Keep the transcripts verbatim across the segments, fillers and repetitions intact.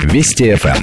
Вести эф эм.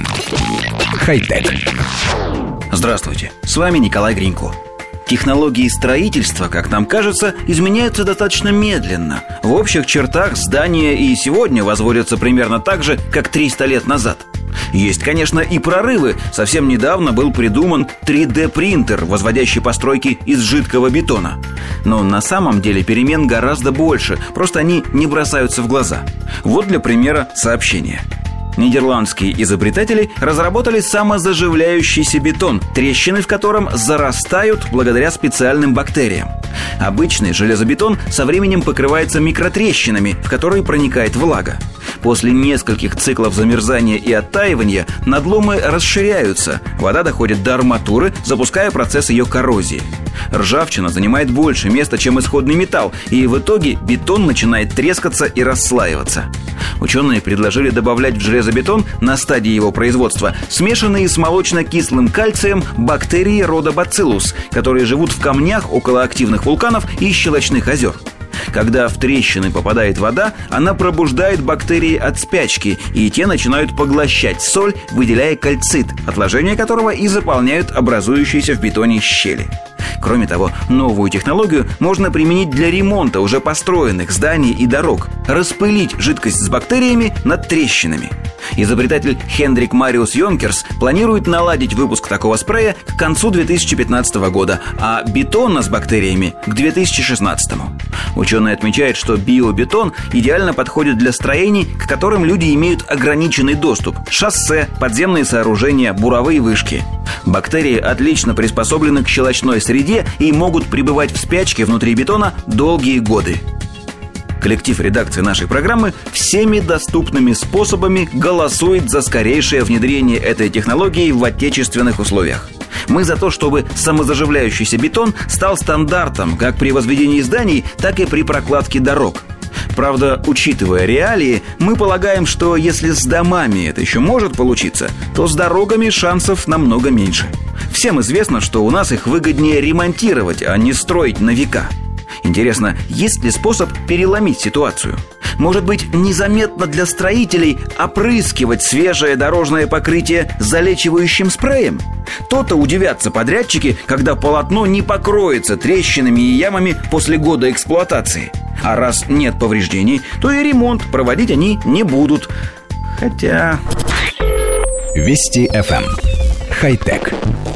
Хай-тек. Здравствуйте, с вами Николай Гринько. Технологии строительства, как нам кажется, изменяются достаточно медленно. В общих чертах здания и сегодня возводятся примерно так же, как триста лет назад. Есть, конечно, и прорывы. Совсем недавно был придуман три дэ принтер, возводящий постройки из жидкого бетона. Но на самом деле перемен гораздо больше, просто они не бросаются в глаза. Вот для примера сообщение. Нидерландские изобретатели разработали самозаживляющийся бетон, трещины в котором зарастают благодаря специальным бактериям. Обычный железобетон со временем покрывается микротрещинами, в которые проникает влага. После нескольких циклов замерзания и оттаивания надломы расширяются, вода доходит до арматуры, запуская процесс ее коррозии. Ржавчина занимает больше места, чем исходный металл, и в итоге бетон начинает трескаться и расслаиваться. Ученые предложили добавлять в железобетон на стадии его производства смешанные с молочно-кислым кальцием бактерии рода бациллус, которые живут в камнях около активных вулканов и щелочных озер. Когда в трещины попадает вода, она пробуждает бактерии от спячки, и те начинают поглощать соль, выделяя кальцит, отложения которого и заполняют образующиеся в бетоне щели. Кроме того, новую технологию можно применить для ремонта уже построенных зданий и дорог. Распылить жидкость с бактериями над трещинами. Изобретатель Хендрик Мариус Йонкерс планирует наладить выпуск такого спрея к концу две тысячи пятнадцатого года, а бетона с бактериями к две тысячи шестнадцатому. Ученые отмечают, что биобетон идеально подходит для строений, к которым люди имеют ограниченный доступ: шоссе, подземные сооружения, буровые вышки. Бактерии отлично приспособлены к щелочной среде и могут пребывать в спячке внутри бетона долгие годы. Коллектив редакции нашей программы всеми доступными способами голосует за скорейшее внедрение этой технологии в отечественных условиях. Мы за то, чтобы самозаживляющийся бетон стал стандартом как при возведении зданий, так и при прокладке дорог. Правда, учитывая реалии, мы полагаем, что если с домами это еще может получиться, то с дорогами шансов намного меньше. Всем известно, что у нас их выгоднее ремонтировать, а не строить на века. Интересно, есть ли способ переломить ситуацию? Может быть, незаметно для строителей опрыскивать свежее дорожное покрытие залечивающим спреем? То-то удивятся подрядчики, когда полотно не покроется трещинами и ямами после года эксплуатации. А раз нет повреждений, то и ремонт проводить они не будут. Хотя... Вести эф эм. Хай-тек.